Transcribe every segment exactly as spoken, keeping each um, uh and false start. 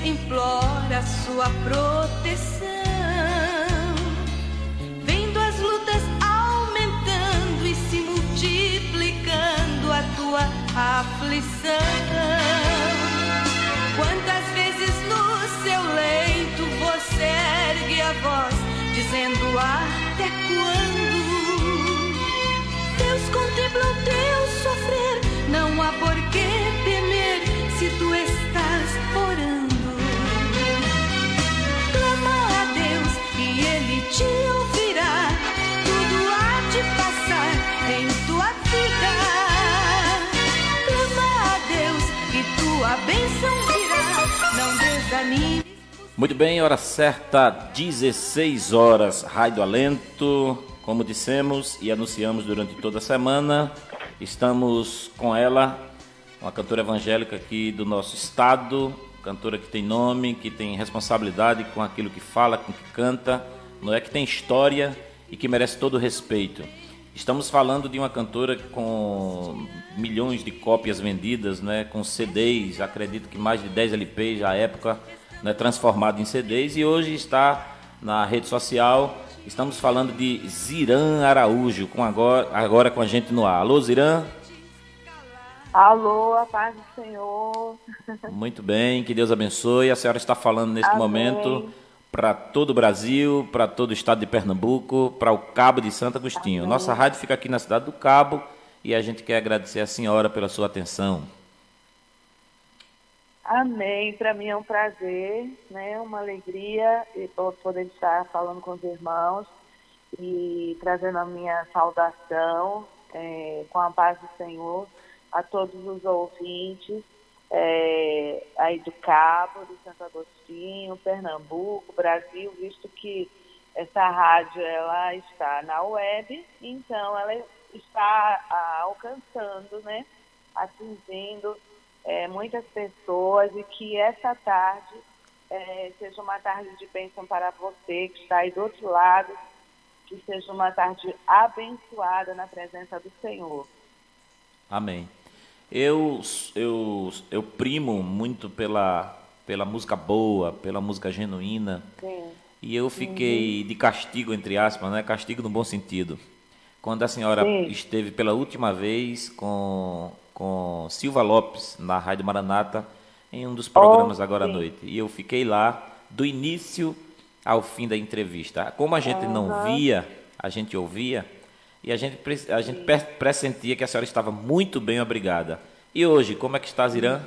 implora sua proteção. Vendo as lutas aumentando e se multiplicando a tua aflição. Quantas vezes no seu leito você ergue a voz, dizendo até quando? Deus contempla o teu sofrer, não há por que temer se tu estás orando. Clama a Deus e Ele te ouvirá, tudo há de passar em tua vida. Clama a Deus e tua bênção virá, não desanime. Muito bem, hora certa, dezesseis horas, Raio do Alento. Como dissemos e anunciamos durante toda a semana, estamos com ela, uma cantora evangélica aqui do nosso estado, cantora que tem nome, que tem responsabilidade com aquilo que fala, com o que canta, não é, que tem história e que merece todo o respeito. Estamos falando de uma cantora com milhões de cópias vendidas, né, com C Ds, acredito que mais de dez L Ps à época, né, transformado em C Ds, e hoje está na rede social. Estamos falando de Ziran Araújo, com agora, agora com a gente no ar. Alô, Ziran? Alô, a paz do Senhor. Muito bem, que Deus abençoe. A senhora está falando neste Amém. Momento para todo o Brasil, para todo o estado de Pernambuco, para o Cabo de Santo Agostinho. Amém. Nossa rádio fica aqui na cidade do Cabo e a gente quer agradecer a senhora pela sua atenção. Amém, para mim é um prazer, né, uma alegria poder estar falando com os irmãos e trazendo a minha saudação é, com a paz do Senhor a todos os ouvintes é, aí do Cabo, do Santo Agostinho, Pernambuco, Brasil, visto que essa rádio ela está na web, então ela está a, alcançando, né, atingindo É, muitas pessoas, e que essa tarde é, seja uma tarde de bênção para você que está aí do outro lado, que seja uma tarde abençoada na presença do Senhor. Amém. Eu, eu, eu primo muito pela, pela música boa, pela música genuína. Sim. E eu fiquei uhum. de castigo, entre aspas, né? Castigo no bom sentido. Quando a senhora Sim. esteve pela última vez com... com Silva Lopes, na Rádio Maranata, em um dos programas oh, agora sim. à noite. E eu fiquei lá do início ao fim da entrevista. Como a gente uhum. não via, a gente ouvia, e a gente, a gente pressentia que a senhora estava muito bem, obrigada. E hoje, como é que está, Ziran?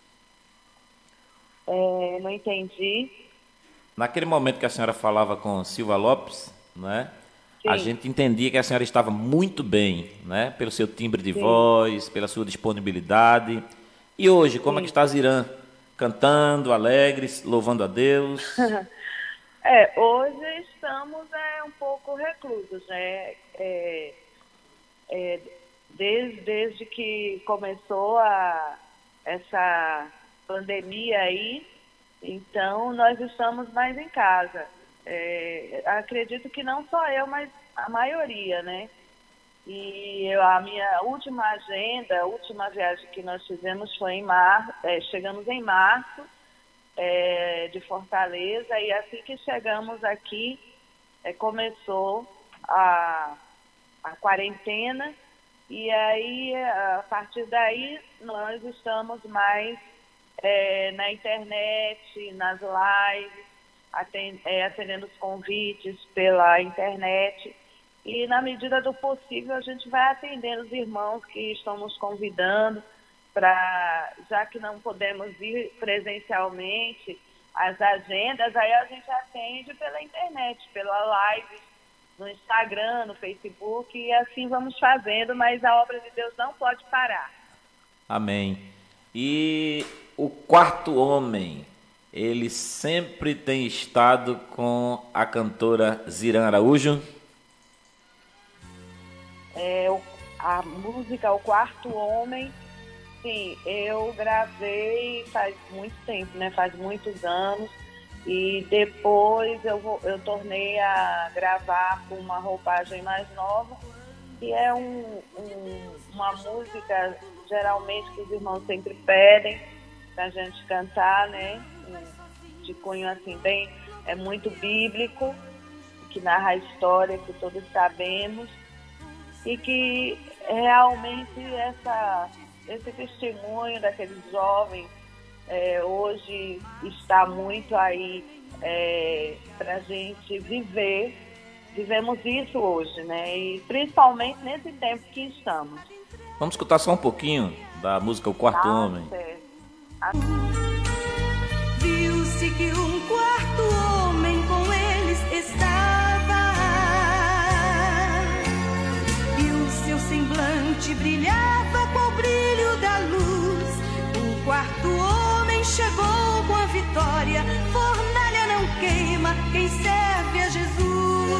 É, não entendi. Naquele momento que a senhora falava com Silva Lopes, né? Sim. A gente entendia que a senhora estava muito bem, né? Pelo seu timbre de Sim. voz, pela sua disponibilidade. E hoje, como Sim. é que está Ziran? Cantando, alegres, louvando a Deus? É, hoje estamos é, um pouco reclusos, né? É, é, desde, desde que começou a, essa pandemia aí, então nós estamos mais em casa. É, acredito que não só eu, mas a maioria, né? E eu, a minha última agenda, a última viagem que nós fizemos foi em março, é, chegamos em março é, de Fortaleza, e assim que chegamos aqui, é, começou a, a quarentena, e aí, a partir daí, nós estamos mais é, na internet, nas lives, atendendo os convites pela internet, e na medida do possível a gente vai atendendo os irmãos que estão nos convidando para, já que não podemos ir presencialmente, as agendas, aí a gente atende pela internet, pela live, no Instagram, no Facebook, e assim vamos fazendo, mas a obra de Deus não pode parar. Amém. E o quarto homem, ele sempre tem estado com a cantora Ziran Araújo? É, a música O Quarto Homem, sim, eu gravei faz muito tempo, né? Faz muitos anos. E depois eu, vou, eu tornei a gravar com uma roupagem mais nova, que é um, um, uma música, geralmente, que os irmãos sempre pedem pra gente cantar, né? de cunho assim bem, é muito bíblico, que narra a história que todos sabemos, e que realmente essa, esse testemunho daqueles jovens é, hoje está muito aí é, para a gente viver. Vivemos isso hoje, né? E principalmente nesse tempo que estamos. Vamos escutar só um pouquinho da música O Quarto Ah, Homem. certo. Viu-se que um quarto homem com eles estava, e o seu semblante brilhava com o brilho da luz. O quarto homem chegou com a vitória, fornalha não queima quem serve a Jesus.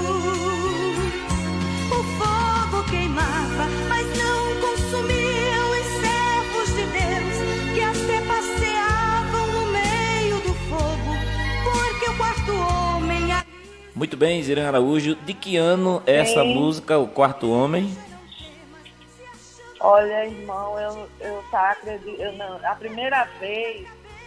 O fogo queimava, mas não consumia os servos de Deus, que até passeavam no meio do fogo, porque o quarto homem... Muito bem, Zirã Araújo, de que ano é essa Sim. música, O Quarto Homem? Olha, irmão, eu, eu tá acredito, eu não, a primeira vez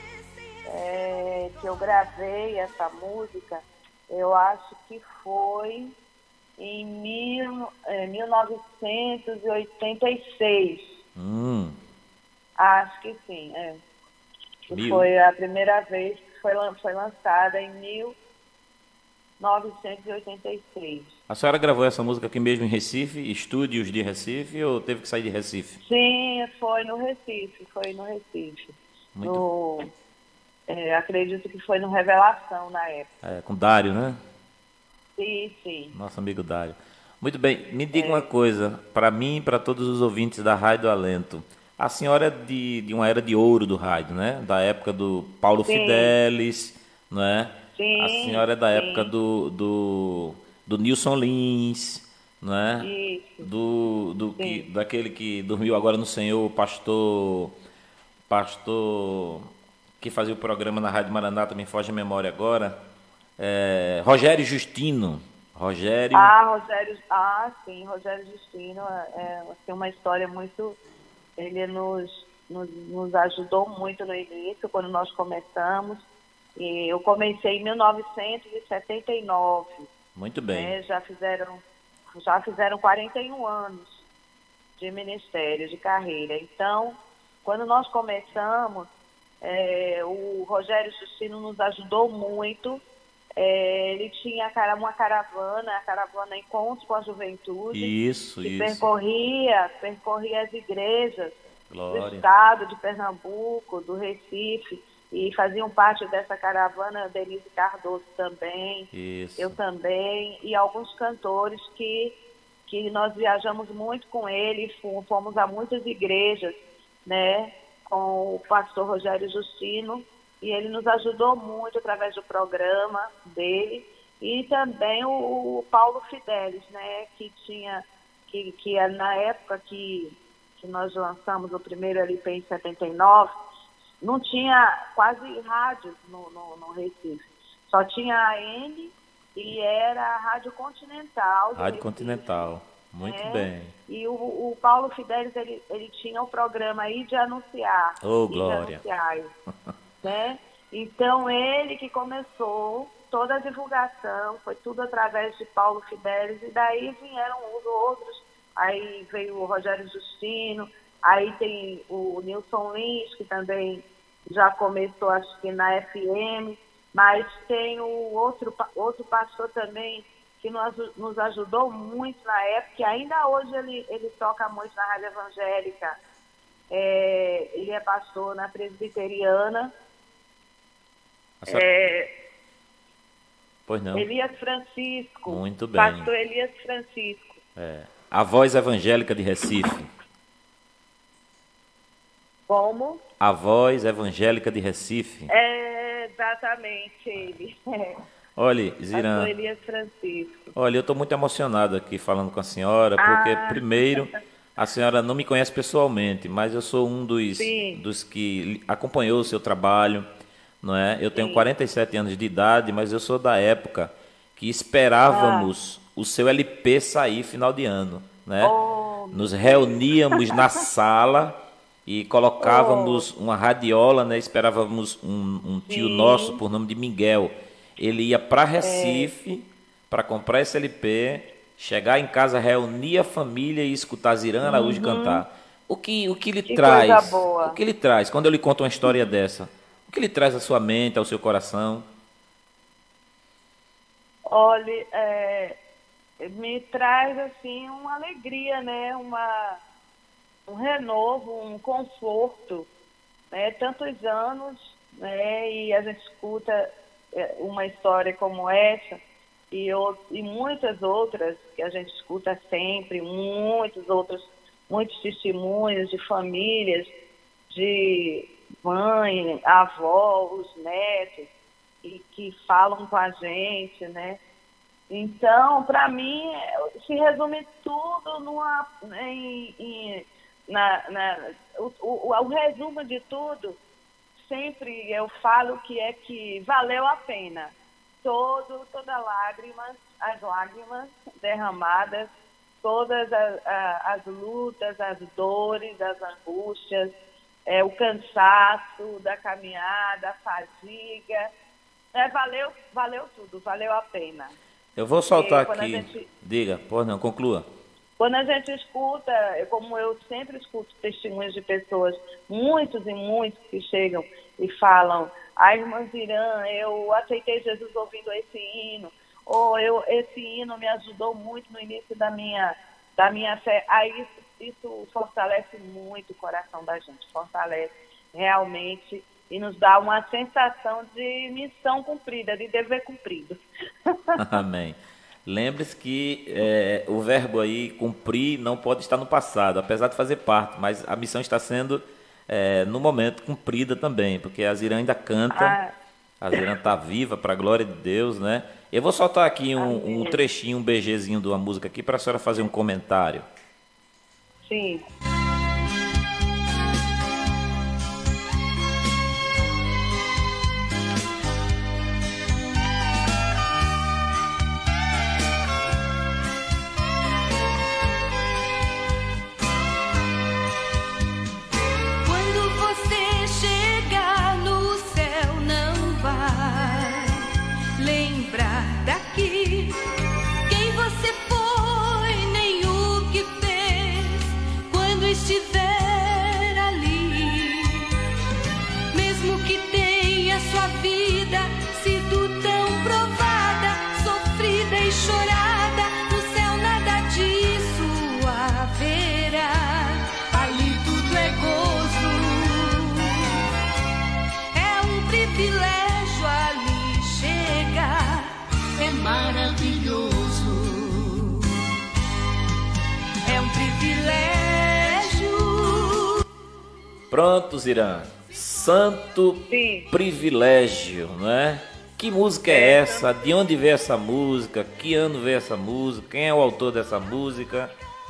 é, que eu gravei essa música, eu acho que foi em mil, é, mil novecentos e oitenta e seis. Hum, Acho que sim, é. Que Mil. foi a primeira vez que foi, lan- foi lançada em mil novecentos e oitenta e seis. a senhora gravou essa música aqui mesmo em Recife, estúdios de Recife, ou teve que sair de Recife? Sim, foi no Recife, foi no Recife. Muito. No, é, acredito que foi no Revelação na época. É, com Dário, né? Sim, sim. Nosso amigo Dário. Muito bem, me diga uma coisa, para mim e para todos os ouvintes da Rádio Alento. A senhora é de, de uma era de ouro do rádio, né? Da época do Paulo Sim. Fidelis, não é? Sim, A senhora é da sim. época do, do, do Nilson Lins, não é? Isso. Do, do que, Sim. daquele que dormiu agora no Senhor, o pastor, pastor que fazia o programa na Rádio Maraná, também foge a memória agora, é, Rogério Justino. Rogério, Ah, Rogério, ah, sim, Rogério Justino é, é, tem uma história muito, ele nos, nos, nos ajudou muito no início, quando nós começamos, e eu comecei em mil novecentos e setenta e nove, muito bem. né, já fizeram, já fizeram quarenta e um anos de ministério, de carreira. Então, quando nós começamos, é, o Rogério Justino nos ajudou muito. É, ele tinha cara- uma caravana, a caravana Encontros com a Juventude, Isso, que isso. percorria, percorria as igrejas do Glória. estado de Pernambuco, do Recife, e faziam parte dessa caravana Denise Cardoso também, Isso. eu também, e alguns cantores que, que nós viajamos muito com ele, fo- fomos a muitas igrejas, né, com o pastor Rogério Justino, e ele nos ajudou muito através do programa dele, e também o, o Paulo Fidelis, né, que tinha, que, que é na época que, que nós lançamos o primeiro L P em setenta e nove, não tinha quase rádio no, no, no Recife, só tinha a A M e era a Rádio Continental. do Rádio Recife, Continental. Muito né? bem. E o, o Paulo Fidelis, ele, ele tinha o programa aí de anunciar. Ô, de glória. anunciar, né? Então, ele que começou toda a divulgação, foi tudo através de Paulo Fidelis, e daí vieram os outros, aí veio o Rogério Justino, aí tem o Nilson Lins, que também já começou, acho que na F M, mas tem o outro, pa- outro pastor também, que nos, nos ajudou muito na época, e ainda hoje ele, ele toca muito na Rádio Evangélica. É, ele é pastor na Presbiteriana. A senhora- É, Pois não. Elias Francisco. Muito bem. Pastor Elias Francisco. É. A Voz Evangélica de Recife. Como? A Voz Evangélica de Recife. É, exatamente ele. É, Olha, pastor Zirã, Elias Francisco. olha, eu estou muito emocionado aqui falando com a senhora, porque Ah. primeiro, a senhora não me conhece pessoalmente, mas eu sou um dos, Sim. dos que li- acompanhou o seu trabalho, não é? Eu tenho Sim. quarenta e sete anos de idade, mas eu sou da época que esperávamos o seu L P sair final de ano, né? Oh, Nos reuníamos na sala e colocávamos oh. uma radiola, né? Esperávamos um, um tio Sim. nosso, por nome de Miguel. Ele ia para Recife é. para comprar esse L P, chegar em casa, reunir a família e escutar Zirã Araújo uhum. cantar. O que, o que lhe que traz? Coisa boa. O que lhe traz? Quando eu lhe conto uma história dessa, o que lhe traz à sua mente, ao seu coração? Olha, é, me traz assim uma alegria, né? Uma, um renovo, um conforto, né? Tantos anos, né? E a gente escuta uma história como essa e, e muitas outras que a gente escuta sempre, muitos outros, muitos testemunhos de famílias, de mãe, avó, os netos, e que falam com a gente, né? Então, para mim, se resume tudo numa, em, em, na, na, o, o, o resumo de tudo, sempre eu falo que é que valeu a pena. Todo, toda lágrimas, as lágrimas derramadas, todas as, as lutas, as dores, as angústias, é, o cansaço da caminhada, a fadiga, é, valeu, valeu tudo, valeu a pena. Eu vou soltar aqui, gente, diga, pode não, conclua. Quando a gente escuta, como eu sempre escuto testemunhos de pessoas, muitos e muitos que chegam e falam, a irmã Zirã, eu aceitei Jesus ouvindo esse hino, ou eu, esse hino me ajudou muito no início da minha, da minha fé. Aí isso, isso fortalece muito o coração da gente, fortalece realmente e nos dá uma sensação de missão cumprida, de dever cumprido. Amém. Lembre-se que é, o verbo aí, cumprir, não pode estar no passado, apesar de fazer parte, mas a missão está sendo, é, no momento, cumprida também, porque a Zirã ainda canta, ah. a Zirã está viva, para a glória de Deus, né? Eu vou soltar aqui um, um trechinho, um BGzinho de uma música aqui, para a senhora fazer um comentário. Sim. Estiver ali, mesmo que tenha sua vida sido tão provada, sofrida e chorada, no céu nada disso haverá. Ali tudo é gozo, é um privilégio ali chegar, é maravilhoso, é um privilégio. Pronto, Zirã. Santo Sim. Privilégio, não é? Que música é, é essa? De onde veio essa música? Que ano veio essa música? Quem é o autor dessa música?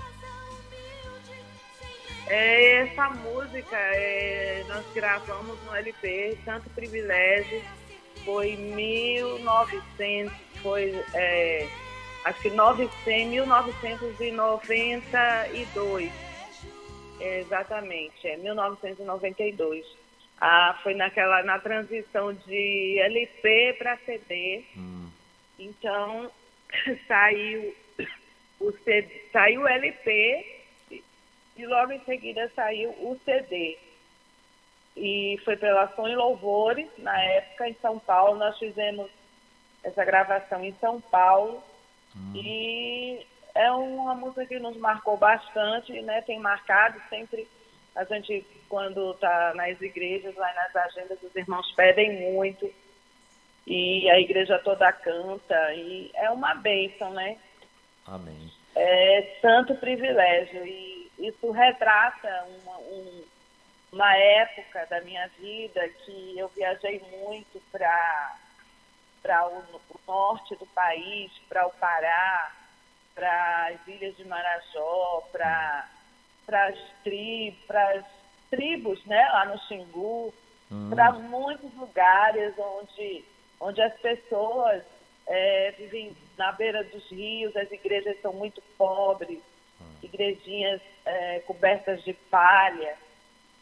É, essa música é, nós gravamos no L P, Santo Privilégio, foi em mil e novecentos, foi é, acho que mil novecentos e noventa e dois. É, exatamente, é mil novecentos e noventa e dois. Ah, foi naquela, na transição de L P para C D. Hum. Então, saiu o, C D, saiu o L P e logo em seguida saiu o C D. E foi pela Som e Louvores, na época, em São Paulo. Nós fizemos essa gravação em São Paulo. Hum. E é uma música que nos marcou bastante, né? Tem marcado sempre. A gente, quando está nas igrejas, lá nas agendas, os irmãos pedem muito. E a igreja toda canta. E é uma bênção, né? Amém. É santo privilégio. E isso retrata uma, um, uma época da minha vida que eu viajei muito para para o, o norte do país, para o Pará, para as ilhas de Marajó, para as tri, tribos, né, lá no Xingu, hum. para muitos lugares onde, onde as pessoas é, vivem na beira dos rios, as igrejas são muito pobres, hum. igrejinhas é, cobertas de palha.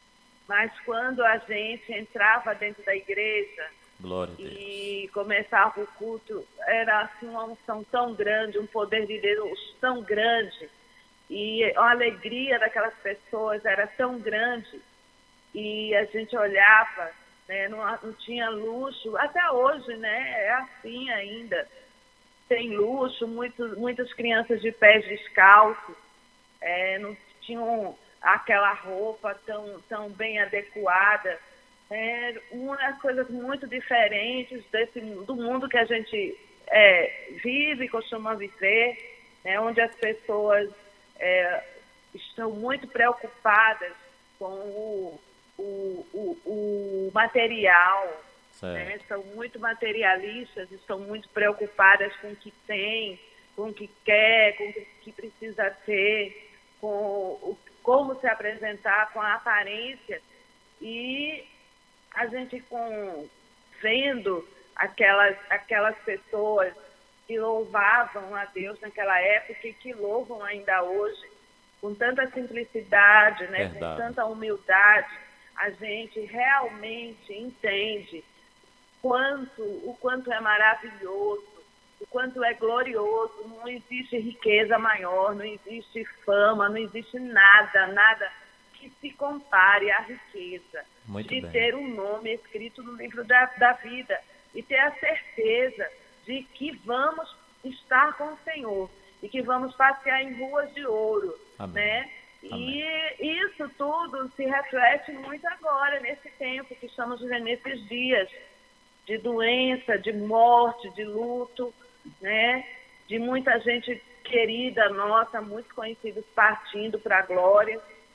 mas quando a gente entrava dentro da igreja Glória a Deus. e começava o culto, era assim uma unção tão grande, um poder de Deus tão grande, e a alegria daquelas pessoas era tão grande, e a gente olhava, né, não, não tinha luxo, até hoje, né, é assim ainda, sem luxo, muito, muitas crianças de pés descalços, é, não tinham aquela roupa tão, tão bem adequada, é, umas coisas muito diferentes desse, do mundo que a gente é, vive, costuma viver, né, onde as pessoas é, estão muito preocupadas com o, o, o, o material, né, são muito materialistas, estão muito preocupadas com o que tem, com o que quer, com o que precisa ter, com o, como se apresentar, com a aparência, e a gente com, vendo aquelas, aquelas pessoas que louvavam a Deus naquela época e que louvam ainda hoje, com tanta simplicidade, né, com tanta humildade, a gente realmente entende quanto, o quanto é maravilhoso, o quanto é glorioso. Não existe riqueza maior, não existe fama, não existe nada, nada que se compare à riqueza Muito de bem. ter um nome escrito no livro da, da vida e ter a certeza de que vamos estar com o Senhor e que vamos passear em ruas de ouro, Amém. né? Amém. E isso tudo se reflete muito agora, nesse tempo que estamos vivendo, nesses dias de doença, de morte, de luto, né? De muita gente querida nossa, muitos conhecidos partindo para a glória.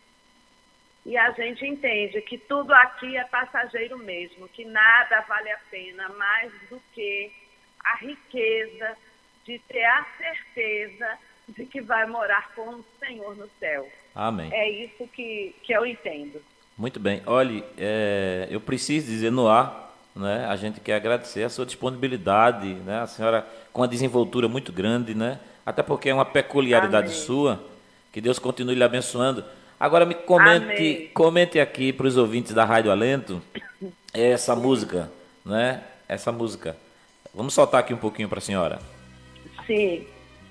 E a gente entende que tudo aqui é passageiro mesmo, que nada vale a pena mais do que a riqueza de ter a certeza de que vai morar com o Senhor no céu. Amém. É isso que, que eu entendo. Muito bem. Olhe, é, eu preciso dizer no ar, né, a gente quer agradecer a sua disponibilidade, né, a senhora com uma desenvoltura muito grande, né, até porque é uma peculiaridade Amém. sua, que Deus continue lhe abençoando. Agora me comente, Amém. comente aqui para os ouvintes da Rádio Alento essa música, né, essa música. Vamos soltar aqui um pouquinho para a senhora. Sim.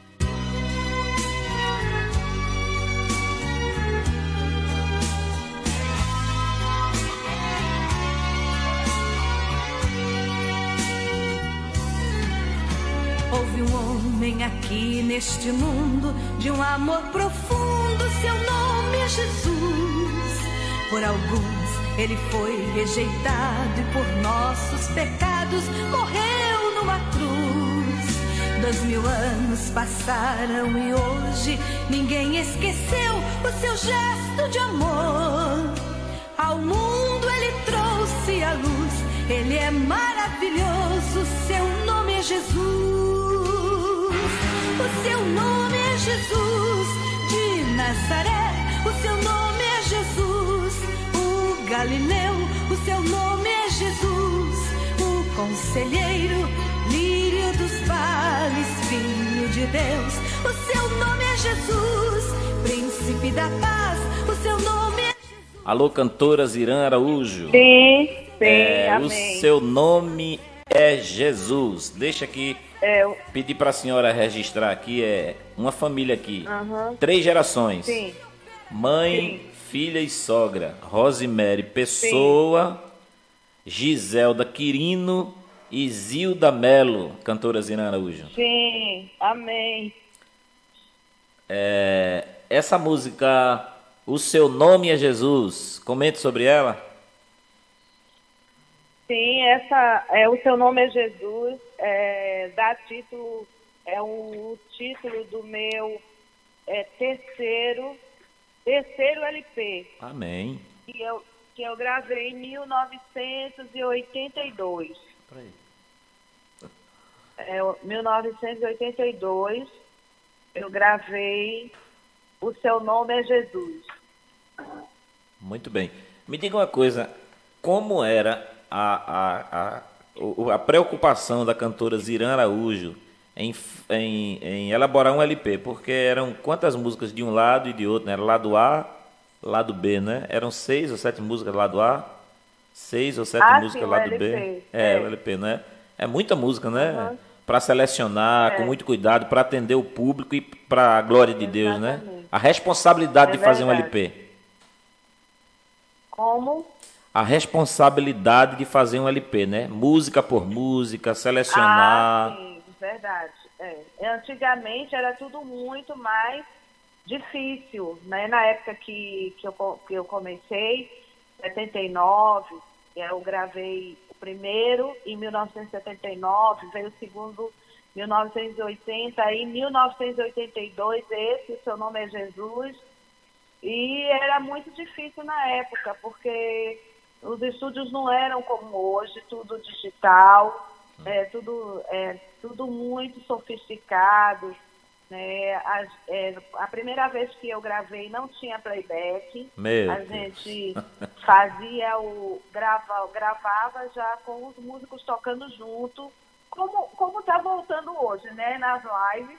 Houve um homem aqui neste mundo de um amor profundo, seu nome é Jesus. Por alguns ele foi rejeitado e por nossos pecados morreu numa cruz. Dois mil anos passaram e hoje ninguém esqueceu o seu gesto de amor. Ao mundo ele trouxe a luz, ele é maravilhoso, seu nome é Jesus. O seu nome é Jesus de Nazaré, o seu nome é Jesus. O Galileu, o seu nome é Jesus. O conselheiro, lírio dos vales, filho de Deus, o seu nome é Jesus. Príncipe da paz, o seu nome é Jesus. Alô, cantora Zirã Araújo. Sim, sim, É, o amém. seu nome é Jesus. Deixa aqui, É, o- pedir para a senhora registrar aqui, é uma família aqui, Aham. três gerações, sim, mãe, Sim. filha e sogra, Rosemary Pessoa, Giselda Quirino e Zilda Melo, cantora Zirã Araújo. sim, amém. É, essa música, O Seu Nome é Jesus, comente sobre ela. Sim, essa, é, o seu nome é Jesus, é, dá título, é o título do meu é, terceiro, terceiro L P, Amém. que eu, que eu gravei em mil novecentos e oitenta e dois. Peraí. É, mil novecentos e oitenta e dois, eu gravei O Seu Nome é Jesus. Muito bem. Me diga uma coisa, como era a, a, a, o- a preocupação da cantora Zirã Araújo em, f- em, em elaborar um L P? Porque eram quantas músicas de um lado e de outro, né? Era lado A, lado B, né? Eram seis ou sete músicas lado A, seis ou sete Ah, músicas sim, o lado L P. B. É, É. o L P, né? É muita música, né? Aham. Para selecionar É. com muito cuidado, para atender o público e para a glória de Deus, né? Exatamente. A responsabilidade É de fazer um verdade. L P. Como? A responsabilidade de fazer um L P, né? Música por música, Ah, selecionar. sim, verdade. É. Antigamente era tudo muito mais difícil, né? Na época que, que, eu, co- que eu comecei, em setenta e nove, eu gravei o primeiro em mil novecentos e setenta e nove, veio o segundo em mil novecentos e oitenta, e em mil novecentos e oitenta e dois esse, O Seu Nome é Jesus, e era muito difícil na época, porque os estúdios não eram como hoje, tudo digital, é, tudo, é, tudo muito sofisticado. Né? A, é, a primeira vez que eu gravei não tinha playback, Meu a Deus. gente fazia o grava, gravava já com os músicos tocando junto, como como está voltando hoje, né? Nas lives.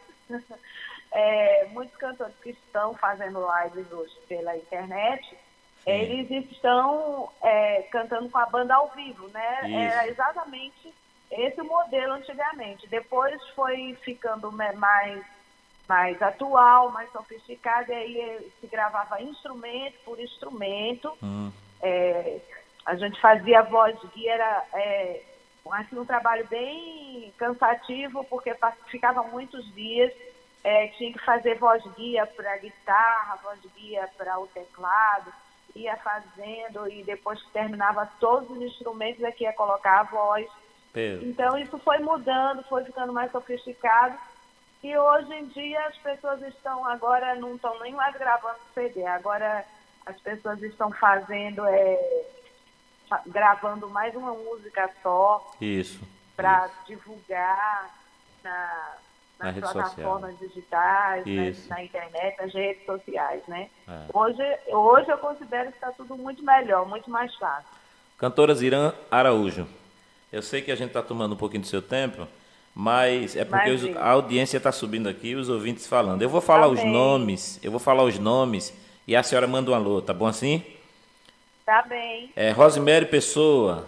É, muitos cantores que estão fazendo lives hoje pela internet, Sim. eles estão é, cantando com a banda ao vivo, né? Isso. Era exatamente esse o modelo antigamente. Depois foi ficando me- mais, mais atual, mais sofisticado, e aí eh, se gravava instrumento por instrumento. Hum. É, a gente fazia voz guia, era é, assim, um trabalho bem cansativo, porque pa- ficava muitos dias. É, tinha que fazer voz guia para guitarra, voz guia para o teclado, ia fazendo, e depois que terminava todos os instrumentos é que ia colocar a voz. Pedro. Então isso foi mudando, foi ficando mais sofisticado, e hoje em dia as pessoas estão agora, não estão nem mais gravando C D, agora as pessoas estão fazendo, é, fa- gravando mais uma música só Isso. para isso. divulgar na, Na nas rede plataformas digitais, né, Isso. na internet, nas redes sociais, né? É. Hoje, hoje eu considero que está tudo muito melhor, muito mais fácil. Cantora Zirã Araújo, eu sei que a gente está tomando um pouquinho do seu tempo, mas é porque os- Imagina. a audiência está subindo aqui, os ouvintes falando. Eu vou falar os Amém. nomes, eu vou falar os nomes e a senhora manda um alô, tá bom assim? Tá bem. É Rosemary Pessoa,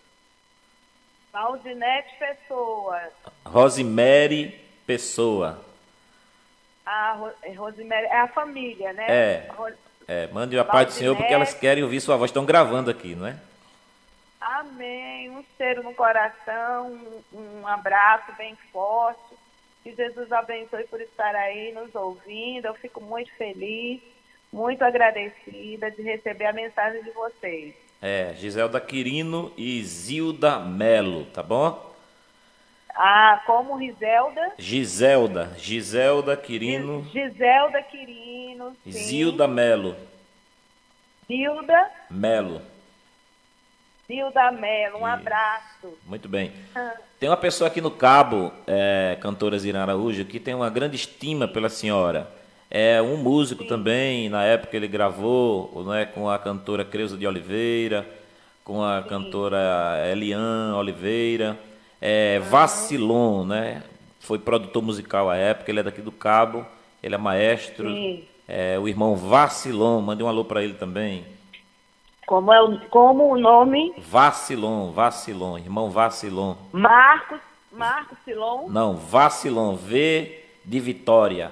Valdinete Pessoa, Rosemary Pessoa. a Ro- Rosemary, é a família, né? É. Ro- É, mande a paz do Senhor porque Valdinete. elas querem ouvir sua voz, estão gravando aqui, não é? Amém. Um cheiro no coração, um, um abraço bem forte. Que Jesus abençoe por estar aí nos ouvindo. Eu fico muito feliz, muito agradecida de receber a mensagem de vocês. É, Giselda Quirino e Zilda Melo, tá bom? Ah, como Riselda, Giselda, Giselda Quirino, Giselda Quirino, sim. Zilda Melo, Zilda, Melo. Zilda Mello, um Isso. abraço. Muito bem. Ah, Tem uma pessoa aqui no Cabo, é, cantora Zirã Araújo, que tem uma grande estima pela senhora. É um músico também, na época ele gravou, né, com a cantora Creuza de Oliveira, com a cantora Eliane Oliveira. É, Vacilon, né? Foi produtor musical à época, ele é daqui do Cabo, ele é maestro. Sim. É, o irmão Vacilon, mande um alô para ele também. Como, é o, como o nome? Vacilon, Vacilon, irmão Vacilon. Marcos, Marcos Silon. Não, Vacilon, V de Vitória.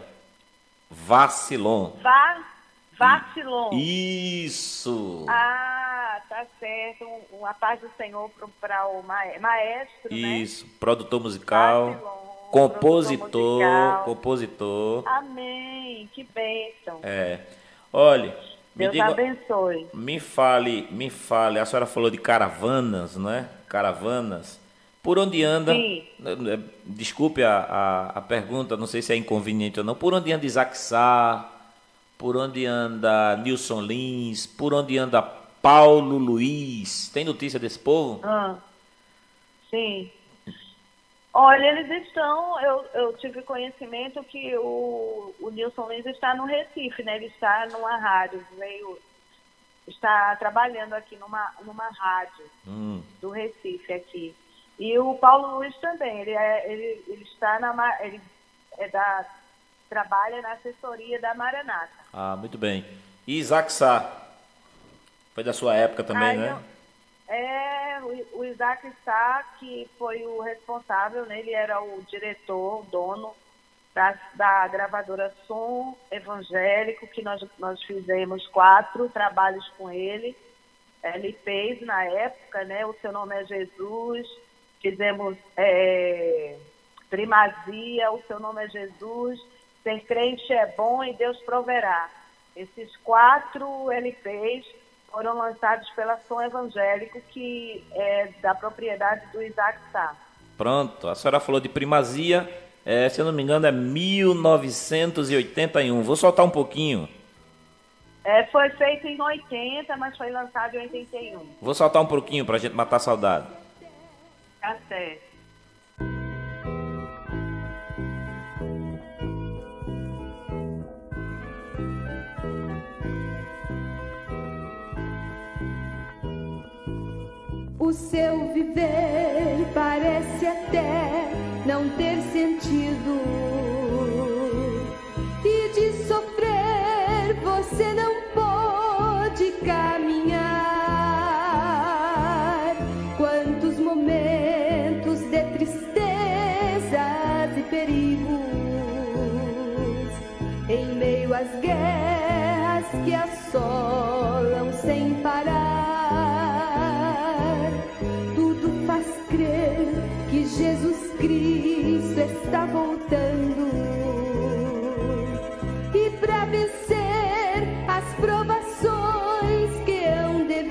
Vacilon. Va, Vacilon. Isso. Ah, tá certo. Um- Uma paz do Senhor para o mae- maestro, Isso, produtor musical, né? Vacilon, compositor, produtor musical. compositor. Amém. Que bênção. É. Olha, me Deus diga, abençoe. me fale, me fale, a senhora falou de caravanas, né? Caravanas. Por onde anda? Sim. eh, Desculpe a, a, a pergunta, não sei se é inconveniente ou não. Por onde anda Isaac Sá? Por onde anda Nilson Lins? Por onde anda Paulo Luiz? Tem notícia desse povo? Ah, sim. Olha, eles estão, eu, eu tive conhecimento que o, o Nilson Lins está no Recife, né? Ele está numa rádio, veio, está trabalhando aqui numa, numa rádio Hum, do Recife aqui. E o Paulo Luiz também, ele, é, ele, ele está na, ma- ele é da, trabalha na assessoria da Maranata. ah, muito bem. E Isaac Sá, foi da sua época também, Aí, né? É, o, o Isaac Sá, que foi o responsável, né? Ele era o diretor, o dono da, da gravadora Som Evangélico, que nós, nós fizemos quatro trabalhos com ele, L Ps na época, né? O Seu Nome é Jesus, fizemos é, Primazia, O Seu Nome é Jesus, Ser Crente é Bom e Deus Proverá. Esses quatro L Ps foram lançados pela Som Evangélico, que é da propriedade do Isaac Sá. Pronto, a senhora falou de Primazia, é, se eu não me engano é mil novecentos e oitenta e um. Vou soltar um pouquinho. É, foi feito em oitenta, mas foi lançado em oitenta e um. Vou soltar um pouquinho pra gente matar a saudade. Tá certo. O seu viver parece até não ter sentido, e de sofrer você não pode caminhar. Quantos momentos de tristezas e perigos, em meio às guerras que assolam sem parar. Que Jesus Cristo está voltando, e para vencer as provações que hão de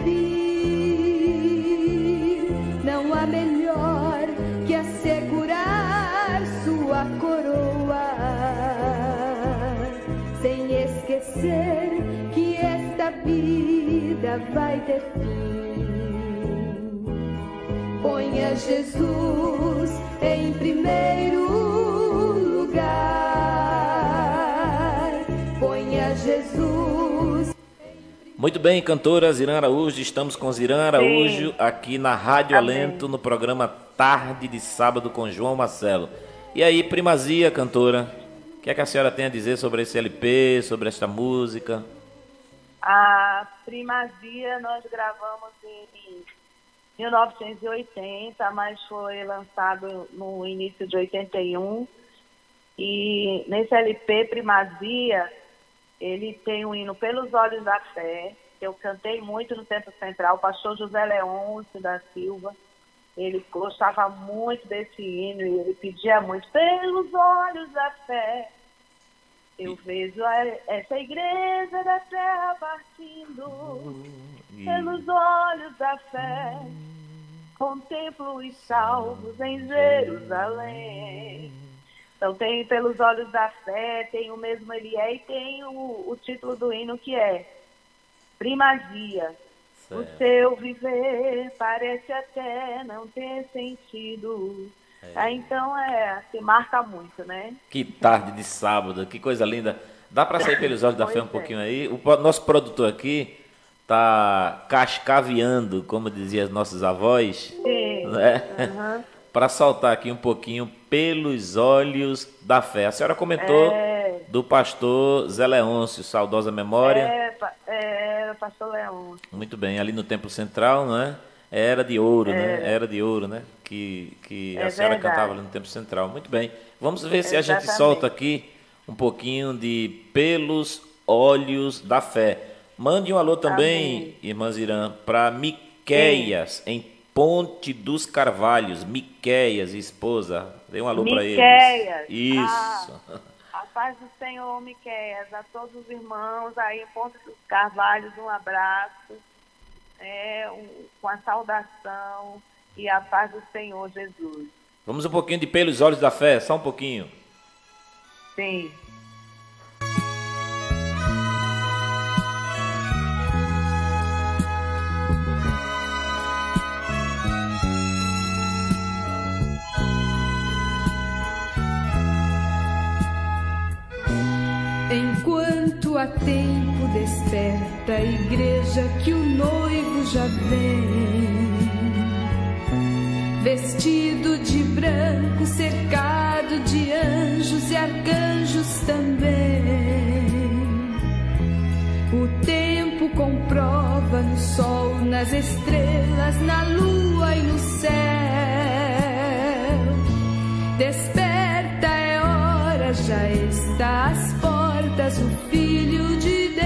vir, não há melhor que assegurar sua coroa, sem esquecer que esta vida vai ter fim. Ponha Jesus em primeiro lugar. Ponha Jesus. Muito bem, cantora Zirã Araújo. Estamos com Zirã Araújo Sim. aqui na Rádio Amém. Alento, no programa Tarde de Sábado com João Marcelo. E aí, Primazia, cantora, o que é que a senhora tem a dizer sobre esse L P, sobre esta música? A Primazia nós gravamos em mil novecentos e oitenta, mas foi lançado no início de oitenta e um. E nesse L P, Primazia, ele tem um hino Pelos Olhos da Fé, que eu cantei muito no Centro Central. O pastor José Leôncio da Silva, ele gostava muito desse hino e ele pedia muito: pelos olhos da fé, eu vejo a, essa igreja da terra partindo, pelos olhos da fé, contemplo os salvos em Jerusalém. Então tem Pelos Olhos da Fé, tem o mesmo ele é, e tem o, o título do hino, que é Primazia. Certo. O seu viver parece até não ter sentido. É. Ah, então é, se marca muito, né? Que tarde de sábado, que coisa linda. Dá para sair Pelos Olhos da Fé um pouquinho aí? O nosso produtor aqui tá cascaveando, como diziam as nossas avós. Sim. Né? Uhum. Para soltar aqui um pouquinho Pelos Olhos da Fé. A senhora comentou é... do pastor Zé Leôncio, saudosa memória. É, é, pastor Leôncio. Muito bem, ali no Templo Central, não é? Era de ouro, é. né? Era de ouro, né? Que, que é a senhora verdade. cantava ali no Templo Central. Muito bem. Vamos ver se Exatamente. a gente solta aqui um pouquinho de Pelos Olhos da Fé. Mande um alô também, Amém. Irmã Zirã, para Miqueias, Sim. em Ponte dos Carvalhos. Miqueias, esposa. Dê um alô para eles. Miqueias. Isso. Ah, a paz do Senhor, Miqueias. A todos os irmãos aí em Ponte dos Carvalhos, um abraço. É, um, com a saudação e a paz do Senhor Jesus. Vamos um pouquinho de Pelos Olhos da Fé, só um pouquinho. Sim. Enquanto há tempo, desperta a igreja, que o noivo já vem, vestido de branco, cercado de anjos e arcanjos também. O nas estrelas, na lua e no céu. Desperta, é hora, já está às portas o Filho de Deus.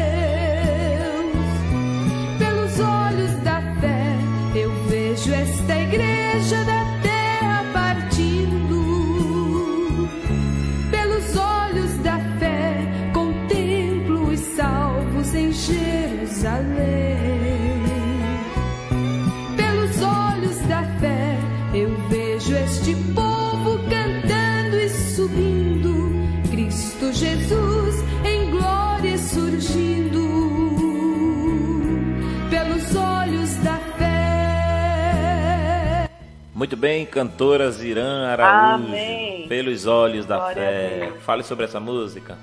Pelos olhos da fé eu vejo esta igreja da terra partindo. Pelos olhos da fé contemplo os salvos em Jerusalém. Pelos olhos da fé eu vejo este povo cantando e subindo, Cristo Jesus em glória surgindo. Pelos olhos da fé. Muito bem, cantora Zirã Araújo. Amém. Pelos olhos da Glória fé. Fale sobre essa música.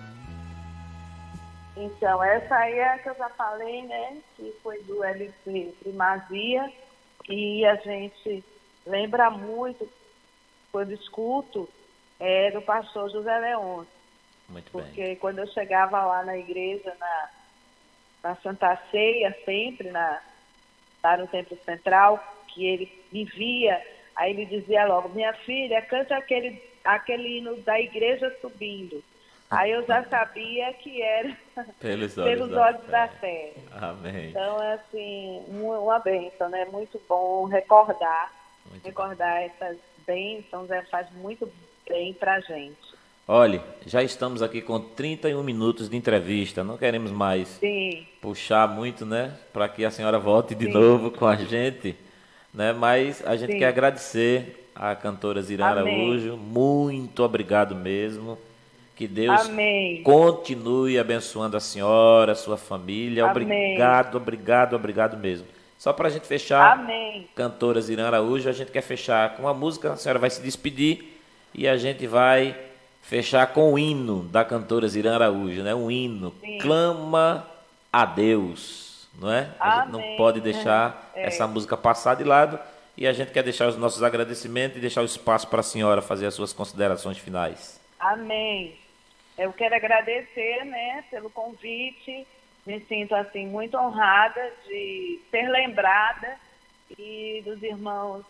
Então, essa aí é a que eu já falei, né? Que foi do L P Primazia. E a gente lembra muito, quando escuto, é do pastor José Leôncio. Muito Porque bem. quando eu chegava lá na igreja, na, na Santa Ceia, sempre, na, lá no Templo Central, que ele me via, aí ele dizia logo, minha filha, canta aquele, aquele hino da igreja subindo. Aí eu já sabia que era Pelos olhos, pelos da, olhos fé. da fé. Amém. Então, é assim, uma bênção, né? Muito bom recordar, Muito recordar essas bênçãos, é, faz muito bem pra gente. Olha, já estamos aqui com trinta e um minutos de entrevista. Não queremos mais Sim, puxar muito, né? Para que a senhora volte de Sim. novo com a gente, né? Mas a gente Sim. quer agradecer a cantora Zirã Amém. Araújo. Muito obrigado mesmo. Que Deus Amém. continue abençoando a senhora, a sua família. Amém. Obrigado, obrigado, obrigado mesmo. Só para a gente fechar, Amém. cantora Zirã Araújo, a gente quer fechar com uma música. A senhora vai se despedir e a gente vai fechar com o hino da cantora Zirã Araújo, né? Um hino, Sim. Clama a Deus, não é? A gente não Amém. pode deixar É. essa música passar de lado e a gente quer deixar os nossos agradecimentos e deixar o espaço para a senhora fazer as suas considerações finais. Amém. Eu quero agradecer, né, pelo convite. Me sinto, assim, muito honrada de ser lembrada e dos irmãos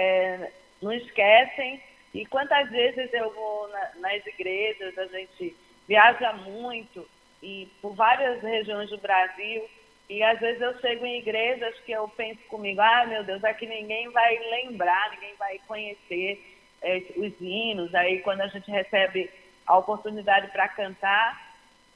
é, não esquecem. E quantas vezes eu vou na, nas igrejas, a gente viaja muito e por várias regiões do Brasil, e às vezes eu chego em igrejas que eu penso comigo, ah, meu Deus, aqui ninguém vai lembrar, ninguém vai conhecer é, os hinos. Aí quando a gente recebe a oportunidade para cantar,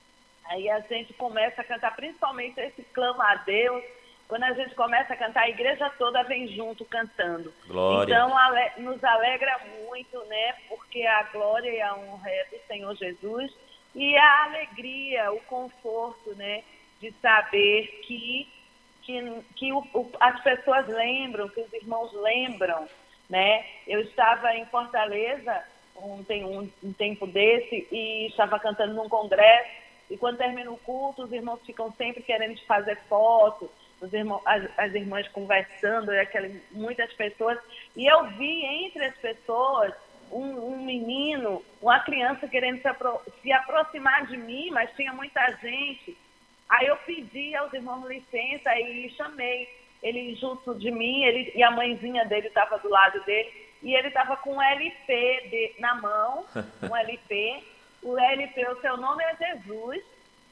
aí a gente começa a cantar, principalmente esse Clama a Deus. Quando a gente começa a cantar, a igreja toda vem junto cantando. Glória. Então, ale- nos alegra muito, né? Porque a glória e a honra é do Senhor Jesus. E a alegria, o conforto, né? De saber que, que, que o, o, as pessoas lembram, que os irmãos lembram, né? Eu estava em Fortaleza um, tem um, um tempo desse e estava cantando num congresso. E quando termina o culto, os irmãos ficam sempre querendo fazer foto. Os irmãos, as, as irmãs conversando, e aquela, muitas pessoas, e eu vi entre as pessoas um, um menino, uma criança querendo se, apro se aproximar de mim, mas tinha muita gente. Aí eu pedi aos irmãos licença e chamei ele junto de mim, ele, e a mãezinha dele estava do lado dele, e ele estava com um L P de, na mão, um L P, o L P, o seu nome é Jesus.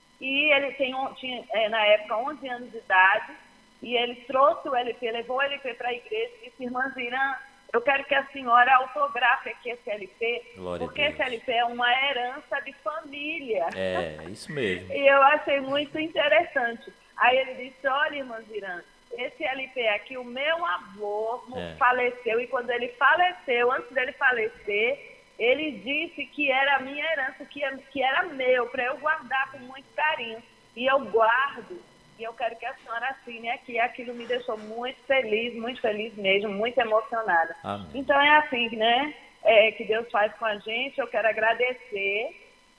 E ele tem, tinha, é, na época, onze anos de idade, e ele trouxe o L P, levou o L P para a igreja e disse, irmã Zirã, eu quero que a senhora autografe aqui esse L P, Glória porque a Deus. esse L P é uma herança de família. É, isso mesmo. E eu achei muito interessante. Aí ele disse, olha, irmã Zirã, esse L P aqui, o meu avô É. faleceu, e quando ele faleceu, antes dele falecer, ele disse que era a minha herança, que, que era meu, para eu guardar com muito carinho. E eu guardo, e eu quero que a senhora assine aqui. Aquilo me deixou muito feliz, muito feliz mesmo, muito emocionada. Amém. Então é assim, né, é, que Deus faz com a gente. Eu quero agradecer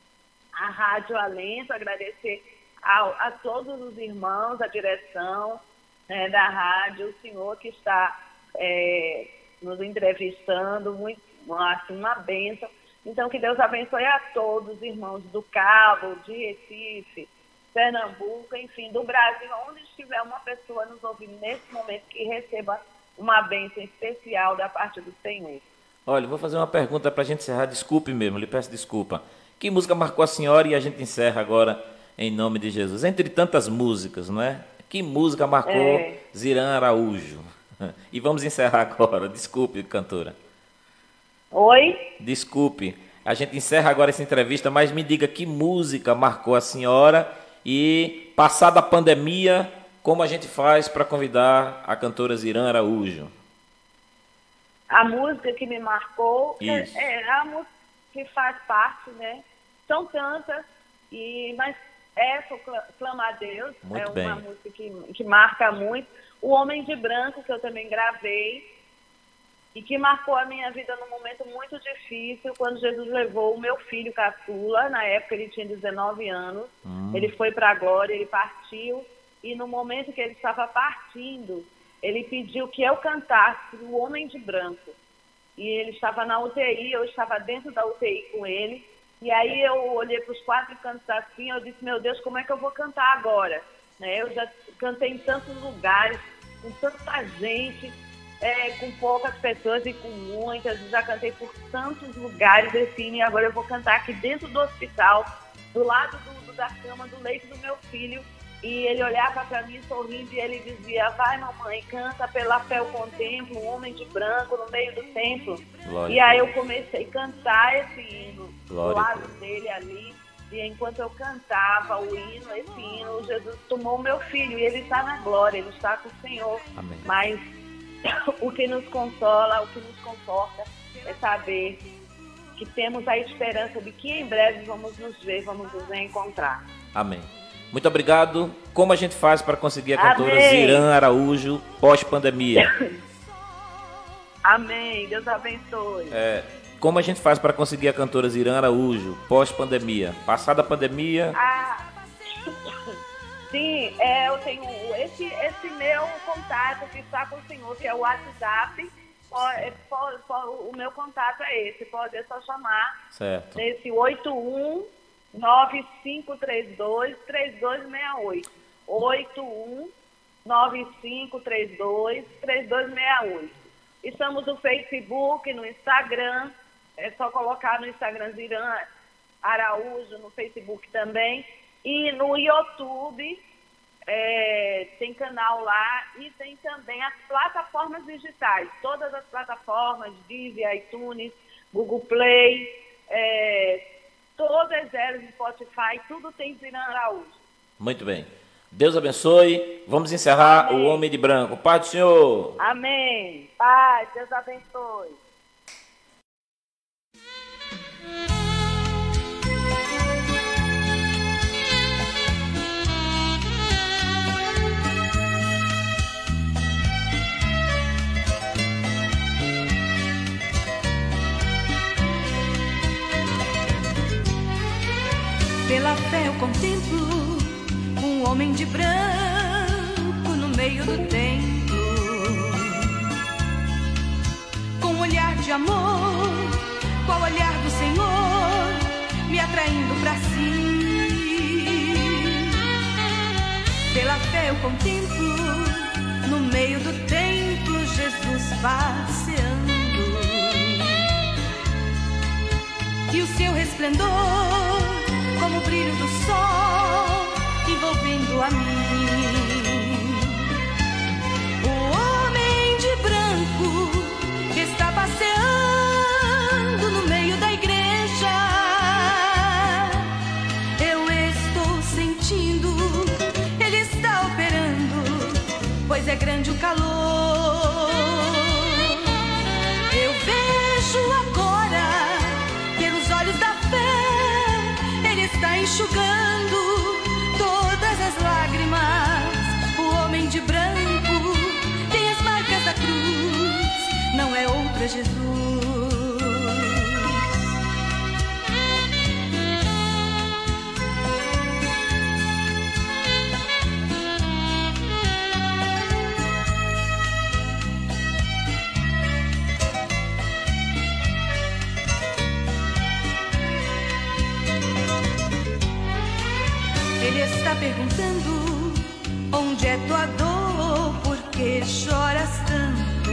a Rádio Alento, agradecer ao, a todos os irmãos, a direção, né, da rádio, o senhor que está é, nos entrevistando, muito, assim, uma bênção. Então, que Deus abençoe a todos, irmãos do Cabo, de Recife, Pernambuco, enfim, do Brasil, onde estiver uma pessoa nos ouvindo nesse momento, que receba uma bênção especial da parte do Senhor. Olha, vou fazer uma pergunta para a gente encerrar. Desculpe mesmo, lhe peço desculpa. Que música marcou a senhora? E a gente encerra agora em nome de Jesus. Entre tantas músicas, não é? Que música marcou É. Ziran Araújo? E vamos encerrar agora. Desculpe, cantora. Oi? Desculpe. A gente encerra agora essa entrevista, mas me diga que música marcou a senhora e, passada a pandemia, como a gente faz para convidar a cantora Ziran Araújo? A música que me marcou é, Isso. é a música que faz parte, né? São tantas, e, mas essa, Cla- Clama a Deus, Muito é uma bem. música que, que marca muito. O Homem de Branco, que eu também gravei, e que marcou a minha vida num momento muito difícil, quando Jesus levou o meu filho caçula. Na época ele tinha dezenove anos, Hum. ele foi para a glória, ele partiu, e no momento que ele estava partindo, ele pediu que eu cantasse O Homem de Branco. E ele estava na U T I, eu estava dentro da U T I com ele, e aí eu olhei para os quatro cantos assim, eu disse, meu Deus, como é que eu vou cantar agora? Né? Eu já cantei em tantos lugares, com tanta gente, é, com poucas pessoas e com muitas, já cantei por tantos lugares, assim, e agora eu vou cantar aqui dentro do hospital, do lado do, do- da cama, do leito do meu filho, e ele olhava para mim sorrindo e ele dizia, vai mamãe, canta pela fé eu contemplo, um homem de branco no meio do templo. Glória E a aí Deus. eu comecei a cantar esse hino Glória do a lado Deus. dele ali, e enquanto eu cantava o hino, esse hino, Jesus tomou o meu filho e ele está na glória, ele está com o Senhor. Amém. Mas o que nos consola, o que nos conforta é saber que temos a esperança de que em breve vamos nos ver, vamos nos reencontrar. Amém. Muito obrigado. Como a gente faz para conseguir a cantora Amém. Ziran Araújo pós-pandemia? Amém. Deus abençoe. É, como a gente faz para conseguir a cantora Ziran Araújo pós-pandemia? Passada a pandemia, Ah, sim, é, eu tenho esse, esse meu contato que está com o senhor, que é o WhatsApp. Pode, pode, pode, o meu contato é esse, pode é só chamar certo? nesse oito um nove cinco três dois três dois seis oito. oito um nove cinco três dois três dois seis oito. Estamos no Facebook, no Instagram, é só colocar no Instagram Ziran Araújo, no Facebook também, e no YouTube, é, tem canal lá, e tem também as plataformas digitais, todas as plataformas, Deezer, iTunes, Google Play, é, todas elas, Spotify, tudo tem Ziran Araújo. Muito bem. Deus abençoe. Vamos encerrar Amém. o Homem de Branco. Pai do Senhor. Amém. Pai, Deus abençoe. Pela fé eu contemplo um homem de branco no meio do templo, com um olhar de amor, qual olhar do Senhor, me atraindo para si. Pela fé eu contemplo no meio do templo Jesus passeando, e o seu resplendor como o brilho do sol envolvendo a mim. O homem de branco está passeando no meio da igreja. Eu estou sentindo, ele está operando, pois é grande o calor. Eu vejo agora, pelos olhos da fé, ele está enxugando todas as lágrimas. O homem de branco tem as marcas da cruz, não é outro, é Jesus. Ele está perguntando onde é tua dor, por que choras tanto.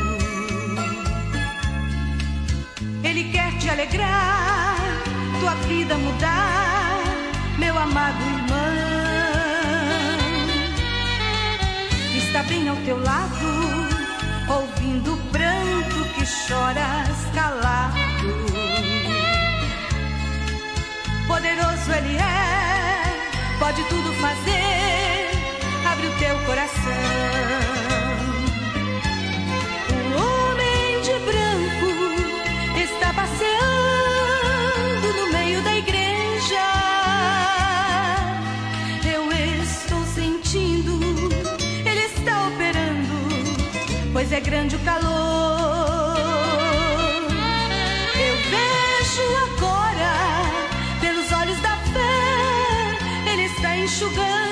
Ele quer te alegrar, tua vida mudar, meu amado irmão. Está bem ao teu lado, ouvindo o pranto que choras calado. Poderoso Ele é, pode tudo fazer, abre o teu coração. Um homem de branco está passeando no meio da igreja. Eu estou sentindo, Ele está operando, pois é grande o calor. Eu vejo agora, pelos olhos da fé, Ele está enxugando